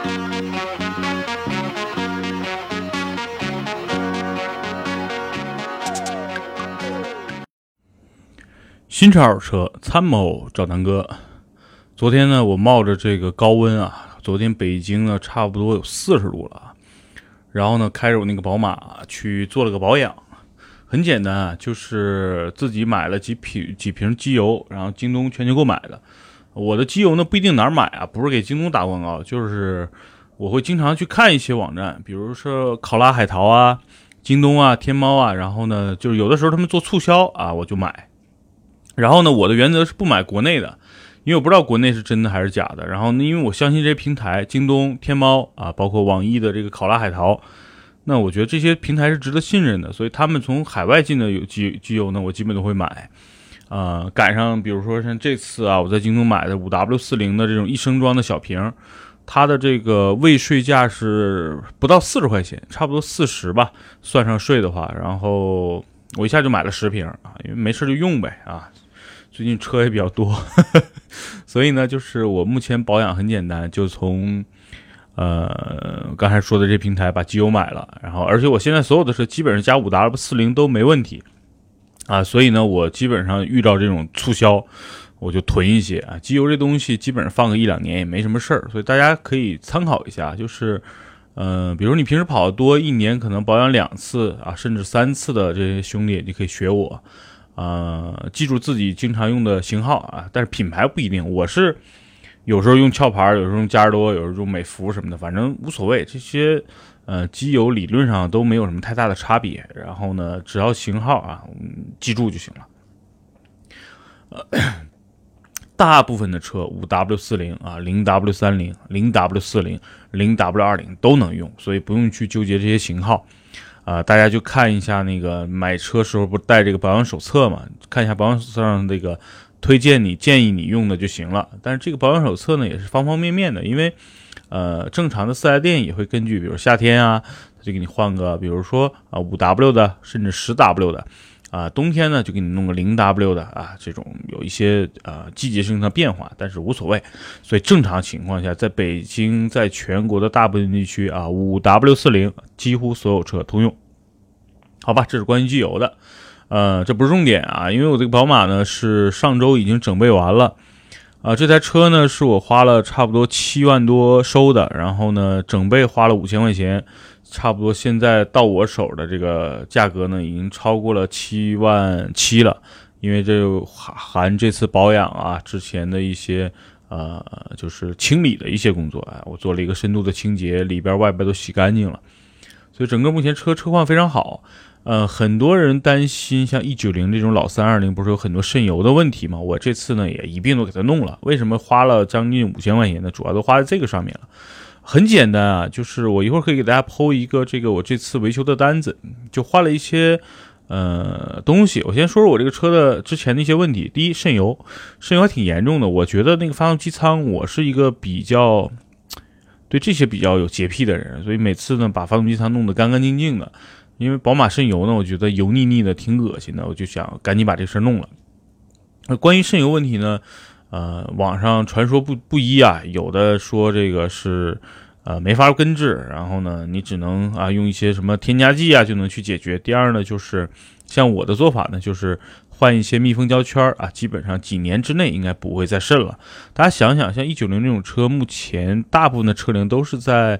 新车二手车参谋找南哥。昨天呢，我冒着这个高温啊，昨天北京呢差不多有40度了，然后呢开着我那个宝马去做了个保养。很简单啊，就是自己买了几瓶机油，然后京东全球购买的。我的机油呢不一定哪儿买啊，不是给京东打广告，就是我会经常去看一些网站，比如说考拉海淘啊、京东啊、天猫啊，然后呢就是有的时候他们做促销啊，我就买。然后呢，我的原则是不买国内的，因为我不知道国内是真的还是假的。然后呢，因为我相信这些平台，京东、天猫啊，包括网易的这个考拉海淘，那我觉得这些平台是值得信任的，所以他们从海外进的机油呢，我基本都会买。赶上比如说像这次啊，我在京东买的5W40的这种1升装的小瓶，它的这个未税价是不到40块钱，差不多40吧，算上税的话，然后我一下就买了10瓶啊，因为没事就用呗啊。最近车也比较多所以呢就是我目前保养很简单，就从刚才说的这平台把机油买了，然后而且我现在所有的车基本上加5W40都没问题啊，所以呢我基本上遇到这种促销我就囤一些啊，机油这东西基本上放个1-2年也没什么事儿，所以大家可以参考一下，就是比如你平时跑得多，一年可能保养2次啊，甚至3次的这些兄弟，你可以学我。记住自己经常用的型号啊，但是品牌不一定。我是有时候用壳牌，有时候用加士多，有时候用美孚什么的，反正无所谓。这些机油理论上都没有什么太大的差别。然后呢，只要型号啊，记住就行了。大部分的车5W40啊、0W30、0W40、0W20都能用，所以不用去纠结这些型号。大家就看一下那个买车时候不带这个保养手册嘛，看一下保养手册上这个建议你用的就行了。但是这个保养手册呢也是方方面面的，因为正常的4S店也会根据比如夏天啊，就给你换个比如说5W 的甚至10W 的冬天呢就给你弄个0W 的啊，这种有一些季节性的变化，但是无所谓。所以正常情况下，在北京，在全国的大部分地区啊，5W40几乎所有车通用。好吧，这是关于机油的。这不是重点啊，因为我这个宝马呢是上周已经整备完了。这台车呢是我花了差不多7万多收的，然后呢整备花了5000块钱。差不多现在到我手的这个价格呢，已经超过了7万7了，因为这含这次保养啊，之前的一些就是清理的一些工作我做了一个深度的清洁，里边外边都洗干净了，所以整个目前车况非常好。很多人担心像190这种老320不是有很多渗油的问题吗？我这次呢也一并都给它弄了。为什么花了将近5000块钱呢？主要都花在这个上面了。很简单啊，就是我一会儿可以给大家剖一个这个我这次维修的单子，就换了一些东西。我先说说我这个车的之前的一些问题。第一，渗油还挺严重的。我觉得那个发动机舱，我是一个比较对这些比较有洁癖的人，所以每次呢把发动机舱弄得干干净净的。因为宝马渗油呢，我觉得油腻腻的挺恶心的，我就想赶紧把这事弄了。关于渗油问题呢，网上传说不一啊，有的说这个是没法根治，然后呢你只能用一些什么添加剂就能去解决。第二呢就是像我的做法呢，就是换一些密封胶圈基本上几年之内应该不会再渗了。大家想想，像190这种车，目前大部分的车龄都是在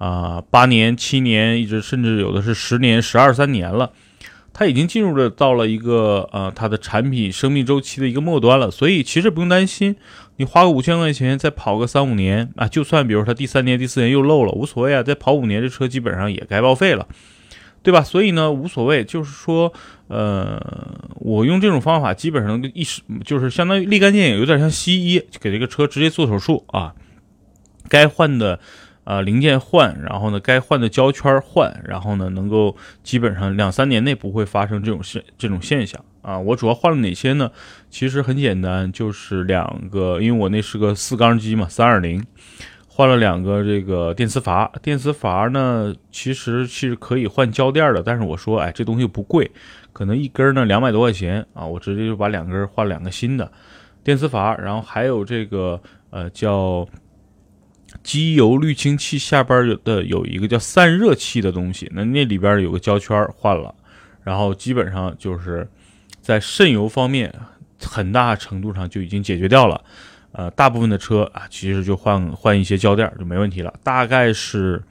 8年、7年，一直甚至有的是10年、12、3年了。它已经进入到了一个它的产品生命周期的一个末端了，所以其实不用担心，你花个5000块钱再跑个3-5年就算比如它第3年、第4年又漏了，无所谓再跑5年，这车基本上也该报废了，对吧？所以呢无所谓，就是说我用这种方法基本上就是相当于立竿见影，有点像西医给这个车直接做手术该换的零件换，然后呢该换的胶圈换，然后呢能够基本上2-3年内不会发生这种现象我主要换了哪些呢？其实很简单，就是2个，因为我那是个4缸机嘛，320，换了2个这个电磁阀。电磁阀呢其实是可以换胶垫的，但是我说这东西不贵，可能一根呢200多块钱我直接就把2根换2个新的电磁阀。然后还有这个叫机油滤清器下边有一个叫散热器的东西，那里边有个胶圈换了，然后基本上就是在渗油方面很大程度上就已经解决掉了。大部分的车啊，其实就换一些胶垫就没问题了。大概是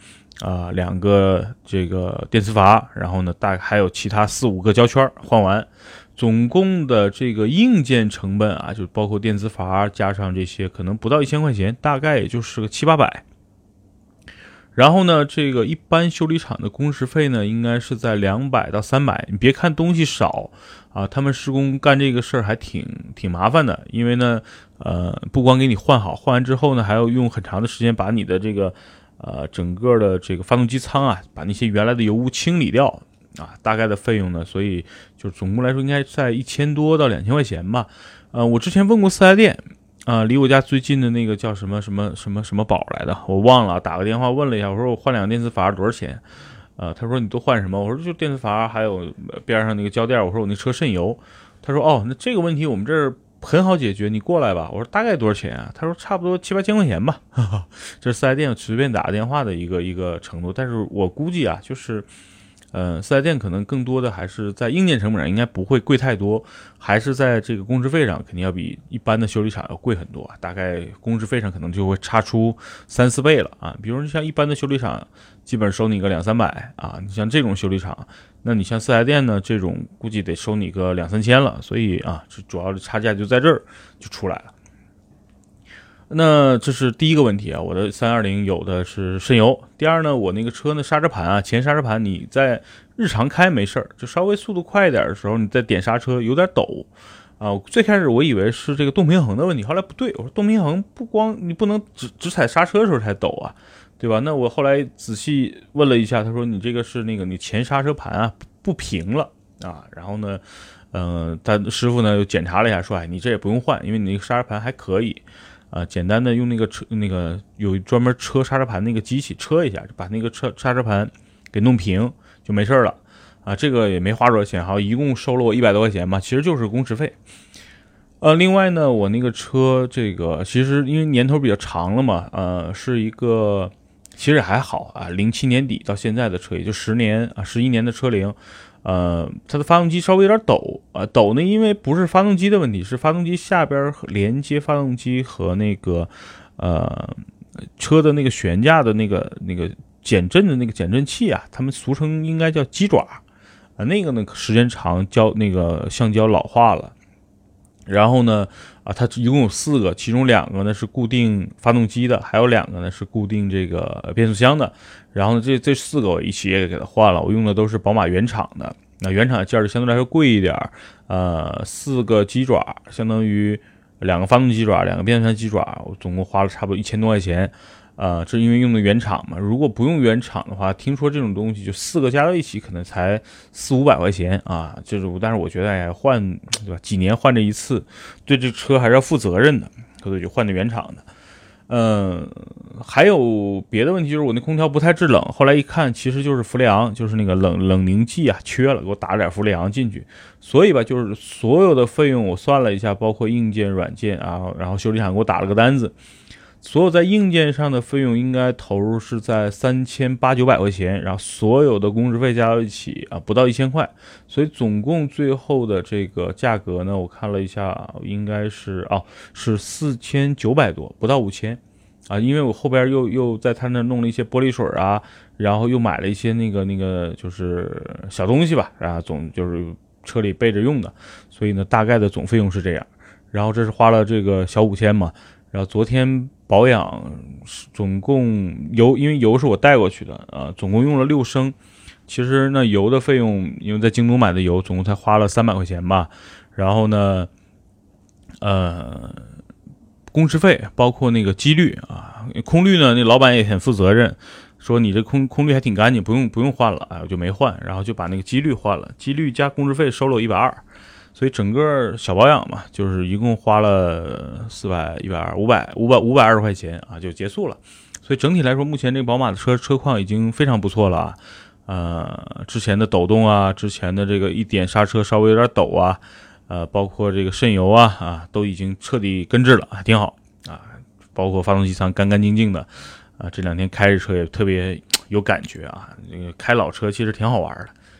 2个这个电磁阀，然后呢大概还有其他4、5个胶圈换完，总共的这个硬件成本啊，就包括电磁阀加上这些，可能不到1000块钱，大概也就是个700-800。然后呢，这个一般修理厂的工时费呢，应该是在200到300。你别看东西少啊，他们施工干这个事儿还挺麻烦的，因为呢，不光给你换好，换完之后呢，还要用很长的时间把你的这个整个的这个发动机舱啊，把那些原来的油污清理掉啊，大概的费用呢，所以就总共来说应该在1000多到2000块钱吧。我之前问过四 S 店。离我家最近的那个叫什么宝来的，我忘了，打个电话问了一下，我说我换2个电磁阀多少钱？他说你都换什么？我说就电磁阀还有边上那个胶垫。我说我那车渗油。他说哦，那这个问题我们这儿很好解决，你过来吧。我说大概多少钱啊？他说差不多7、8千块钱吧。这是4S店随便打个电话的一个程度，但是我估计啊，就是4S店可能更多的还是在硬件成本上应该不会贵太多，还是在这个工时费上肯定要比一般的修理厂要贵很多，大概工时费上可能就会差出3、4倍了啊。比如像一般的修理厂基本收你个200、300啊，你像这种修理厂，那你像4S店呢，这种估计得收你个2、3千了，所以啊，这主要的差价就在这儿就出来了。那这是第一个问题啊，我的320有的是渗油。第二呢，我那个车呢刹车盘啊，前刹车盘你在日常开没事儿，就稍微速度快一点的时候，你再点刹车有点抖啊。最开始我以为是这个动平衡的问题，后来不对，我说动平衡不光你不能只踩刹车的时候才抖啊，对吧？那我后来仔细问了一下，他说你这个是那个你前刹车盘啊不平了啊。然后呢，他师傅呢又检查了一下，说哎你这也不用换，因为你那个刹车盘还可以。简单的用那个有专门车刹车盘那个机器车一下，就把那个刹车盘给弄平就没事了啊。这个也没花多少钱，好，一共收了我100多块钱吧，其实就是工时费。另外呢，我那个车这个其实因为年头比较长了嘛，是一个其实还好啊，07年底到现在的车也就10年啊11年的车龄。它的发动机稍微有点抖啊，抖呢，因为不是发动机的问题，是发动机下边连接发动机和那个车的那个悬架的那个减震的那个减震器啊，他们俗称应该叫鸡爪啊，那个呢时间长那个橡胶老化了。然后呢，它一共有4个，其中2个呢是固定发动机的，还有2个呢是固定这个变速箱的。然后这4个我一起也给它换了，我用的都是宝马原厂的。那原厂的件儿相对来说贵一点，4个鸡爪相当于2个发动机爪、2个变速箱鸡爪，我总共花了差不多1000多块钱。这因为用的原厂嘛，如果不用原厂的话，听说这种东西就4个加到一起可能才400、500块钱啊。但是我觉得哎，换对吧？几年换这一次，对这车还是要负责任的，所以就换的原厂的。还有别的问题，就是我那空调不太制冷，后来一看，其实就是氟利昂，就是那个冷凝剂啊缺了，给我打了点氟利昂进去。所以吧，就是所有的费用我算了一下，包括硬件、软件啊，然后修理厂给我打了个单子。所有在硬件上的费用应该投入是在3800、900块钱，然后所有的工时费加到一起啊，不到1000块，所以总共最后的这个价格呢，我看了一下，应该是4900多，不到5000啊，因为我后边又在他那弄了一些玻璃水啊，然后又买了一些那个就是小东西吧，啊，总就是车里备着用的，所以呢，大概的总费用是这样，然后这是花了这个小5000嘛。然后昨天保养总共因为油是我带过去的啊，总共用了6升。其实呢，油的费用，因为在京东买的油，总共才花了300块钱吧。然后呢，工时费包括那个机滤啊，空滤呢，那老板也很负责任，说你这空滤还挺干净，不用换了啊，我就没换，然后就把那个机滤换了，机滤加工时费收了我120。所以整个小保养嘛，就是一共花了400、120、520块钱啊，就结束了。所以整体来说，目前这个宝马的车况已经非常不错了啊。之前的抖动啊，之前的这个一点刹车稍微有点抖包括这个渗油啊，都已经彻底根治了，挺好啊。 包括发动机舱干干净净的啊。这2天开着车也特别有感觉啊。这个开老车其实挺好玩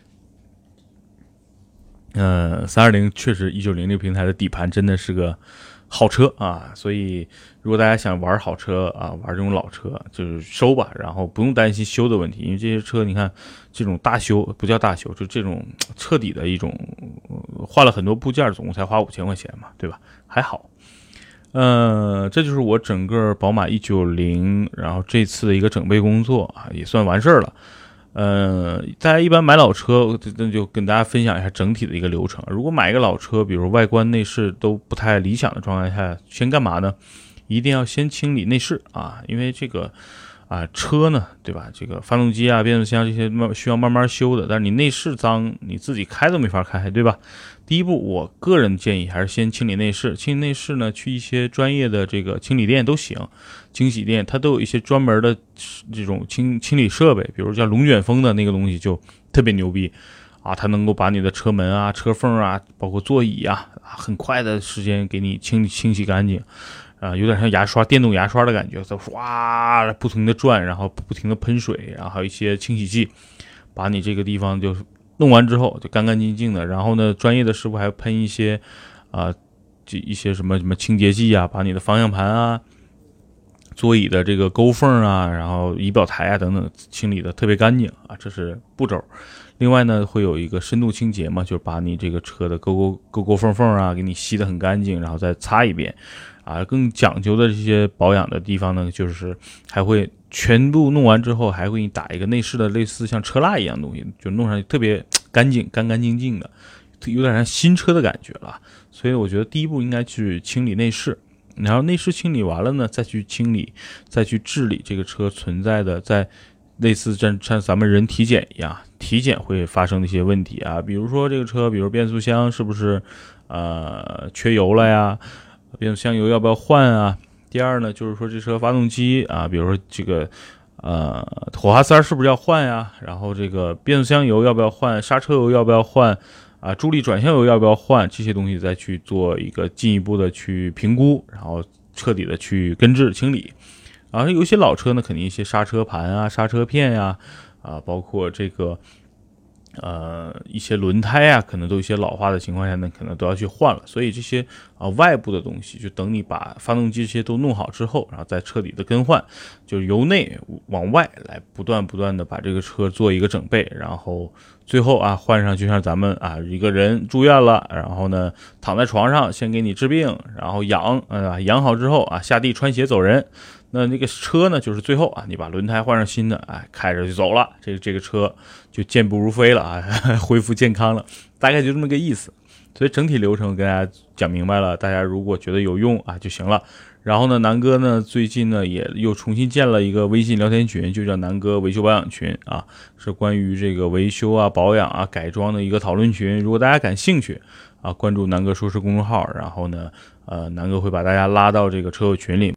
的。320确实190这个平台的底盘真的是个好车啊，所以如果大家想玩好车啊，玩这种老车就是收吧，然后不用担心修的问题，因为这些车你看这种大修不叫大修，就这种彻底的一种换了很多部件，总共才花5000块钱嘛，对吧？还好。这就是我整个宝马190，然后这次的一个整备工作啊，也算完事儿了。大家一般买老车，那就跟大家分享一下整体的一个流程。如果买一个老车，比如外观内饰都不太理想的状态下，先干嘛呢？一定要先清理内饰啊，因为这个车呢，对吧？这个发动机啊、变速箱这些需要慢慢修的，但是你内饰脏，你自己开都没法开，对吧？第一步，我个人建议还是先清理内饰。清理内饰呢，去一些专业的这个清理店都行，清洗店它都有一些专门的这种清理设备，比如像龙卷风的那个东西就特别牛逼啊，它能够把你的车门啊、车缝啊，包括座椅啊，很快的时间给你清洗干净。有点像牙刷，电动牙刷的感觉，它哗不停的转，然后不停的喷水，然后还有一些清洗剂，把你这个地方就弄完之后就干干净净的。然后呢，专业的师傅还喷一些这一些什么清洁剂啊，把你的方向盘啊、座椅的这个勾缝啊，然后仪表台啊等等清理的特别干净啊，这是步骤。另外呢，会有一个深度清洁嘛，就是把你这个车的勾缝啊给你吸得很干净，然后再擦一遍。更讲究的这些保养的地方呢，就是还会全部弄完之后，还会给你打一个内饰的类似像车蜡一样的东西，就弄上去特别干净、干干净净的，有点像新车的感觉了。所以我觉得第一步应该去清理内饰，然后内饰清理完了呢，再去清理、再去治理这个车存在的在类似像咱们人体检一样，体检会发生的一些问题啊，比如说这个车，比如变速箱是不是缺油了呀？变速箱油要不要换啊？第二呢，就是说这车发动机啊，比如说这个火花塞是不是要换呀？然后这个变速箱油要不要换？刹车油要不要换？助力转向油要不要换？这些东西再去做一个进一步的去评估，然后彻底的去根治清理。然后有些老车呢，肯定一些刹车盘啊、刹车片呀，包括这个一些轮胎啊，可能都有一些老化的情况下呢，可能都要去换了。所以这些外部的东西，就等你把发动机这些都弄好之后，然后再彻底的更换，就是由内往外来不断的把这个车做一个整备，然后最后换上，就像咱们一个人住院了，然后呢躺在床上先给你治病，然后养好之后下地穿鞋走人。那个车呢，就是最后你把轮胎换上新的，开着就走了，这个车就健步如飞了恢复健康了，大概就这么个意思。所以整体流程跟大家讲明白了，大家如果觉得有用就行了。然后呢，南哥呢最近呢也又重新建了一个微信聊天群，就叫南哥维修保养群是关于这个维修保养改装的一个讨论群。如果大家感兴趣关注南哥说车公众号，然后呢南哥会把大家拉到这个车友群里。